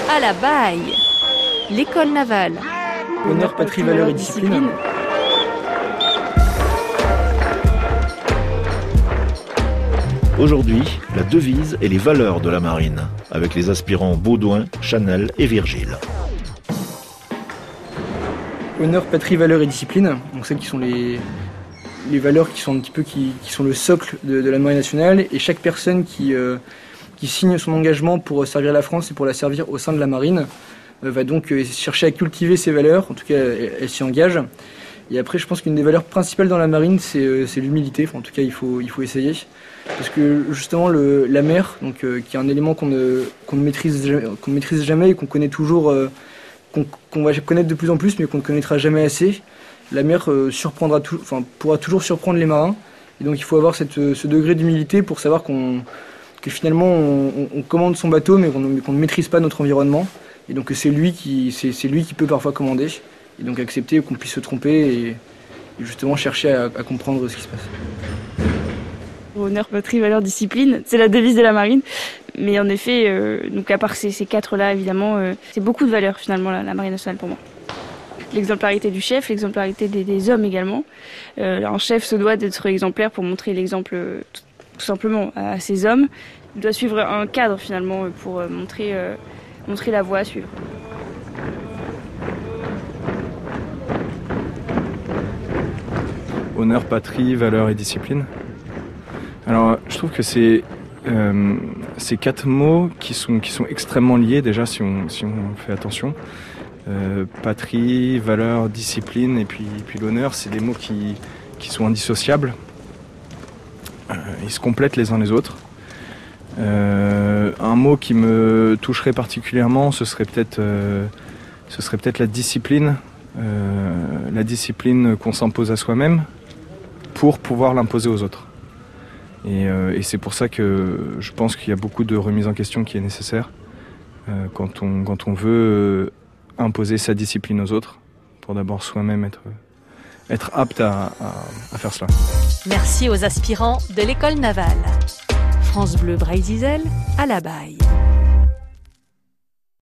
À la Baille, l'école navale. Honneur, patrie, valeur et discipline. Aujourd'hui, la devise et les valeurs de la marine, avec les aspirants Baudouin, Chanel et Virgile. Honneur, patrie, valeur et discipline. Donc celles qui sont les valeurs qui sont un petit peu qui sont le socle de la marine nationale, et chaque personne qui signe son engagement pour servir la France et pour la servir au sein de la marine va donc chercher à cultiver ces valeurs. En tout cas, elle s'y engage. Et après, je pense qu'une des valeurs principales dans la marine, c'est l'humilité. Enfin, en tout cas, il faut essayer. Parce que justement, la mer, donc, qui est un élément qu'on ne maîtrise jamais et qu'on connaît toujours, qu'on va connaître de plus en plus, mais qu'on ne connaîtra jamais assez. La mer pourra toujours surprendre les marins. Et donc, il faut avoir ce degré d'humilité pour savoir que finalement, on commande son bateau, mais qu'on ne maîtrise pas notre environnement. Et donc, c'est lui qui peut parfois commander. Et donc accepter qu'on puisse se tromper et justement chercher à comprendre ce qui se passe. Honneur, patrie, valeur, discipline, c'est la devise de la marine. Mais en effet, donc à part ces quatre-là, évidemment, c'est beaucoup de valeurs finalement la marine nationale pour moi. L'exemplarité du chef, l'exemplarité des hommes également. Un chef se doit d'être exemplaire pour montrer l'exemple tout simplement à ses hommes. Il doit suivre un cadre finalement pour montrer la voie à suivre. Honneur, patrie, valeur et discipline. Alors, je trouve que c'est ces quatre mots qui sont extrêmement liés déjà si on fait attention. Patrie, valeur, discipline et puis l'honneur, c'est des mots qui sont indissociables. Ils se complètent les uns les autres. Un mot qui me toucherait particulièrement, ce serait peut-être la discipline. La discipline qu'on s'impose à soi-même pour pouvoir l'imposer aux autres. Et c'est pour ça que je pense qu'il y a beaucoup de remise en question qui est nécessaire quand on veut imposer sa discipline aux autres, pour d'abord soi-même être apte à faire cela. Merci aux aspirants de l'école navale. France Bleu Brésil, à la Baille.